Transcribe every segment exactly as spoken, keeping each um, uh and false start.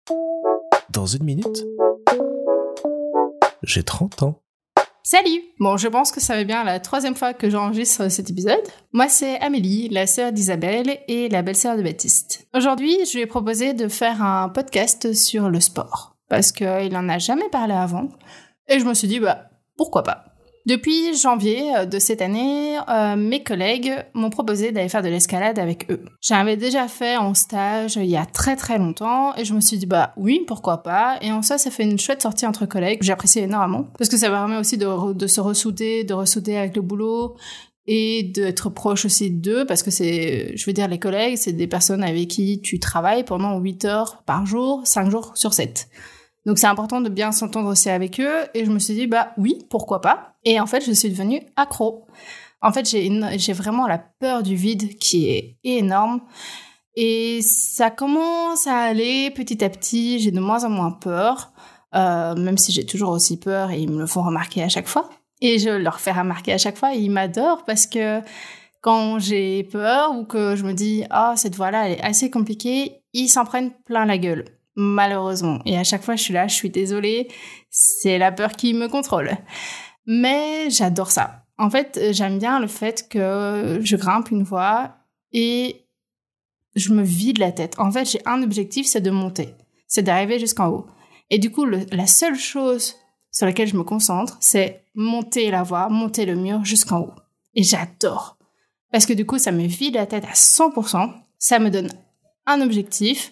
Dans une minute, j'ai trente ans. Salut! Bon, je pense que ça va bien la troisième fois que j'enregistre cet épisode. Moi, c'est Amélie, la sœur d'Isabelle et la belle-sœur de Baptiste. Aujourd'hui, je lui ai proposé de faire un podcast sur le sport, parce qu'il en a jamais parlé avant, et je me suis dit, bah, pourquoi pas? Depuis janvier de cette année, euh, mes collègues m'ont proposé d'aller faire de l'escalade avec eux. J'avais déjà fait en stage il y a très très longtemps et je me suis dit bah oui, pourquoi pas. Et en ça, ça fait une chouette sortie entre collègues. J'apprécie énormément parce que ça permet aussi de, re- de se ressouder, de ressouder avec le boulot et d'être proche aussi d'eux parce que c'est, je veux dire, les collègues, c'est des personnes avec qui tu travailles pendant huit heures par jour, cinq jours sur sept. Donc c'est important de bien s'entendre aussi avec eux et je me suis dit bah oui, pourquoi pas. Et en fait, je suis devenue accro. En fait, j'ai une, j'ai vraiment la peur du vide qui est énorme et ça commence à aller petit à petit, j'ai de moins en moins peur, euh, même si j'ai toujours aussi peur et ils me le font remarquer à chaque fois. Et je leur fais remarquer à chaque fois et ils m'adorent parce que quand j'ai peur ou que je me dis « Ah, oh, cette voie-là, elle est assez compliquée », ils s'en prennent plein la gueule. Malheureusement. Et à chaque fois, je suis là, je suis désolée, c'est la peur qui me contrôle. Mais j'adore ça. En fait, j'aime bien le fait que je grimpe une voie et je me vide la tête. En fait, j'ai un objectif, c'est de monter. C'est d'arriver jusqu'en haut. Et du coup, le, la seule chose sur laquelle je me concentre, c'est monter la voie, monter le mur jusqu'en haut. Et j'adore. Parce que du coup, ça me vide la tête à cent pour cent. Ça me donne un objectif.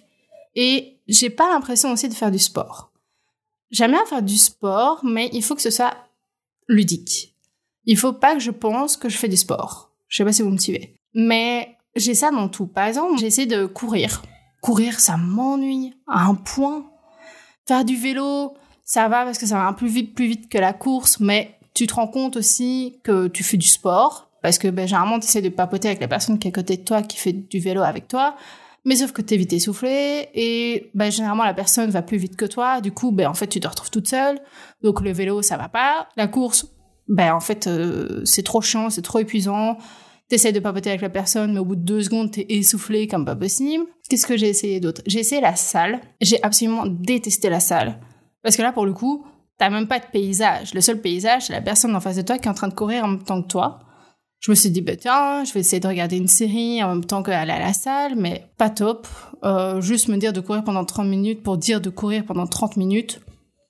Et j'ai pas l'impression aussi de faire du sport. J'aime bien faire du sport, mais il faut que ce soit ludique. Il faut pas que je pense que je fais du sport. Je sais pas si vous me suivez. Mais j'ai ça dans tout. Par exemple, j'ai essayé de courir. Courir, ça m'ennuie à un point. Faire du vélo, ça va parce que ça va un peu plus vite, plus vite que la course, mais tu te rends compte aussi que tu fais du sport. Parce que ben, généralement, tu essaies de papoter avec la personne qui est à côté de toi, qui fait du vélo avec toi. Mais sauf que t'es vite essoufflé et ben, généralement la personne va plus vite que toi. Du coup, ben, en fait, tu te retrouves toute seule. Donc le vélo, ça va pas. La course, ben, en fait, euh, c'est trop chiant, c'est trop épuisant. T'essayes de papoter avec la personne, mais au bout de deux secondes, t'es essoufflé comme pas possible. Qu'est-ce que j'ai essayé d'autre? J'ai essayé la salle. J'ai absolument détesté la salle. Parce que là, pour le coup, t'as même pas de paysage. Le seul paysage, c'est la personne en face de toi qui est en train de courir en même temps que toi. Je me suis dit, bah tiens, je vais essayer de regarder une série en même temps qu'aller à la salle, mais pas top. Euh, juste me dire de courir pendant trente minutes pour dire de courir pendant trente minutes,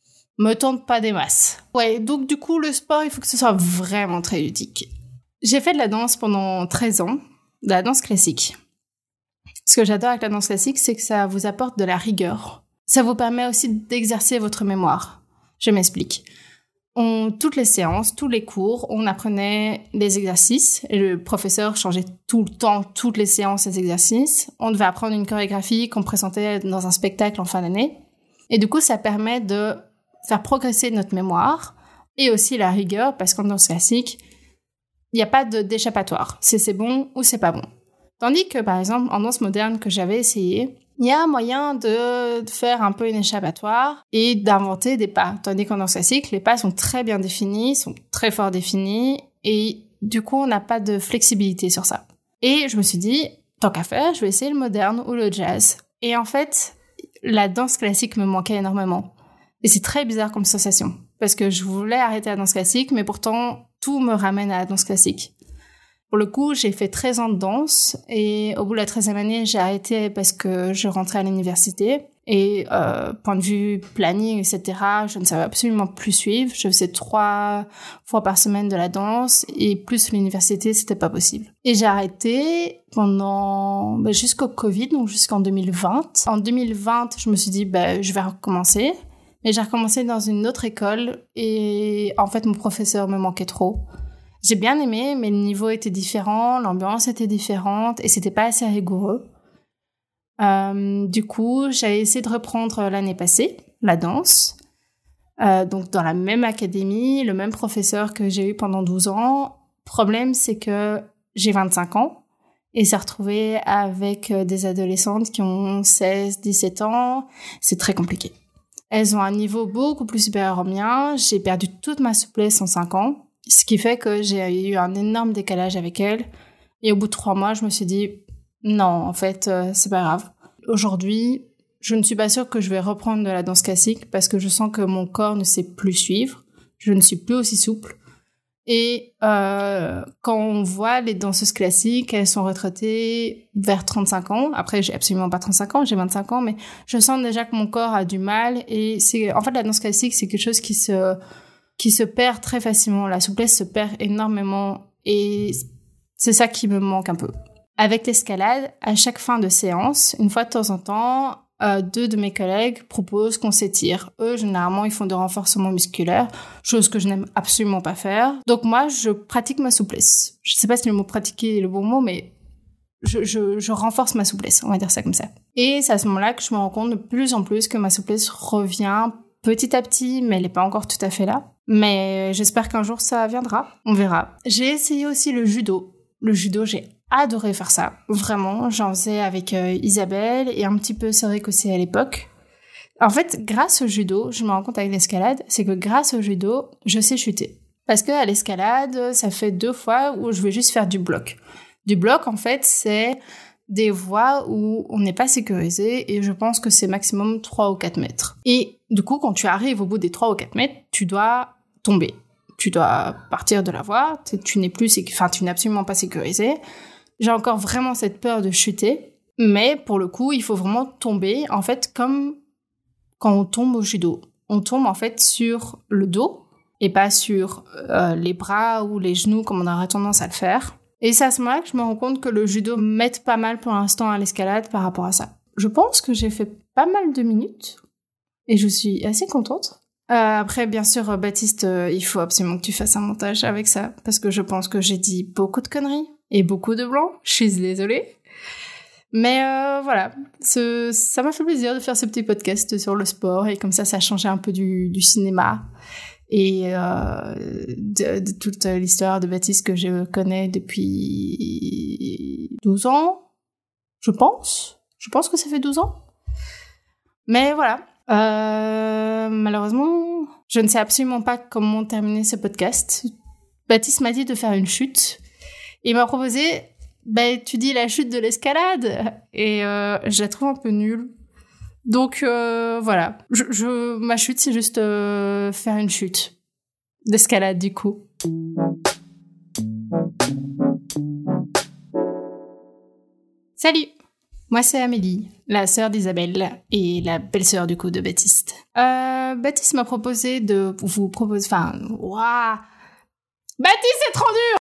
me tente pas des masses. Ouais, donc du coup, le sport, il faut que ce soit vraiment très ludique. J'ai fait de la danse pendant treize ans, de la danse classique. Ce que j'adore avec la danse classique, c'est que ça vous apporte de la rigueur. Ça vous permet aussi d'exercer votre mémoire. Je m'explique. On, toutes les séances, tous les cours, on apprenait les exercices et le professeur changeait tout le temps, toutes les séances, les exercices. On devait apprendre une chorégraphie qu'on présentait dans un spectacle en fin d'année. Et du coup, ça permet de faire progresser notre mémoire et aussi la rigueur parce qu'en danse classique, il n'y a pas de, d'échappatoire. C'est c'est bon ou c'est pas bon. Tandis que, par exemple, en danse moderne que j'avais essayé, il y a un moyen de faire un peu une échappatoire et d'inventer des pas. Tandis qu'en danse classique, les pas sont très bien définis, sont très fort définis et du coup, on n'a pas de flexibilité sur ça. Et je me suis dit, tant qu'à faire, je vais essayer le moderne ou le jazz. Et en fait, la danse classique me manquait énormément. Et c'est très bizarre comme sensation parce que je voulais arrêter la danse classique, mais pourtant, tout me ramène à la danse classique. Pour le coup, j'ai fait treize ans de danse et au bout de la treizième année, j'ai arrêté parce que je rentrais à l'université. Et euh, point de vue planning, et cetera, je ne savais absolument plus suivre. Je faisais trois fois par semaine de la danse et plus l'université, c'était pas possible. Et j'ai arrêté pendant ben, jusqu'au Covid, donc jusqu'en deux mille vingt. En deux mille vingt, je me suis dit, ben, je vais recommencer. Et j'ai recommencé dans une autre école et en fait, mon professeur me manquait trop. J'ai bien aimé, mais le niveau était différent, l'ambiance était différente et c'était pas assez rigoureux. Euh, du coup, j'ai essayé de reprendre l'année passée, la danse. Euh, donc, dans la même académie, le même professeur que j'ai eu pendant douze ans. Problème, c'est que j'ai vingt-cinq ans et s'est retrouvée avec des adolescentes qui ont seize, dix-sept ans. C'est très compliqué. Elles ont un niveau beaucoup plus supérieur au mien. J'ai perdu toute ma souplesse en cinq ans. Ce qui fait que j'ai eu un énorme décalage avec elle. Et au bout de trois mois, je me suis dit, non, en fait, euh, c'est pas grave. Aujourd'hui, je ne suis pas sûre que je vais reprendre de la danse classique parce que je sens que mon corps ne sait plus suivre. Je ne suis plus aussi souple. Et euh, quand on voit les danseuses classiques, elles sont retraitées vers trente-cinq ans. Après, j'ai absolument pas trente-cinq ans, j'ai vingt-cinq ans, mais je sens déjà que mon corps a du mal. Et c'est, en fait, la danse classique, c'est quelque chose qui se, qui se perd très facilement. La souplesse se perd énormément. Et c'est ça qui me manque un peu. Avec l'escalade, à chaque fin de séance, une fois de temps en temps, Euh, deux de mes collègues proposent qu'on s'étire. Eux, généralement, ils font de renforcement musculaire, chose que je n'aime absolument pas faire. Donc moi, je pratique ma souplesse. Je sais pas si le mot pratiquer est le bon mot, mais je, je, je renforce ma souplesse, on va dire ça comme ça. Et c'est à ce moment-là que je me rends compte de plus en plus que ma souplesse revient petit à petit, mais elle n'est pas encore tout à fait là. Mais j'espère qu'un jour, ça viendra. On verra. J'ai essayé aussi le judo. Le judo, j'ai adoré faire ça. Vraiment, j'en faisais avec euh, Isabelle et un petit peu Cédric aussi à l'époque. En fait, grâce au judo, je me rends compte avec l'escalade, c'est que grâce au judo, je sais chuter. Parce que à l'escalade, ça fait deux fois où je vais juste faire du bloc. Du bloc, en fait, c'est des voies où on n'est pas sécurisé et je pense que c'est maximum trois ou quatre mètres. Et du coup, quand tu arrives au bout des trois ou quatre mètres, tu dois tomber. Tu dois partir de la voie, tu n'es plus, enfin, tu n'es absolument pas sécurisé. J'ai encore vraiment cette peur de chuter, mais pour le coup, il faut vraiment tomber, en fait, comme quand on tombe au judo. On tombe, en fait, sur le dos, et pas sur euh, les bras ou les genoux, comme on aurait tendance à le faire. Et c'est à ce moment-là que je me rends compte que le judo m'aide pas mal pour l'instant à l'escalade par rapport à ça. Je pense que j'ai fait pas mal de minutes, et je suis assez contente. Euh, après, bien sûr, Baptiste, euh, il faut absolument que tu fasses un montage avec ça, parce que je pense que j'ai dit beaucoup de conneries. Et beaucoup de blanc, je suis désolée. Mais euh, voilà, ce, ça m'a fait plaisir de faire ce petit podcast sur le sport, et comme ça, ça a changé un peu du, du cinéma et euh, de, de toute l'histoire de Baptiste que je connais depuis douze ans, je pense. Je pense que ça fait douze ans. Mais voilà, euh, malheureusement, je ne sais absolument pas comment terminer ce podcast. Baptiste m'a dit de faire une chute. Il m'a proposé, bah, tu dis la chute de l'escalade, et euh, je la trouve un peu nulle. Donc euh, voilà, je, je, ma chute, c'est juste euh, faire une chute d'escalade du coup. Salut, moi c'est Amélie, la sœur d'Isabelle et la belle-sœur du coup de Baptiste. Euh, Baptiste m'a proposé de vous proposer, enfin, waouh, Baptiste c'est trop dur.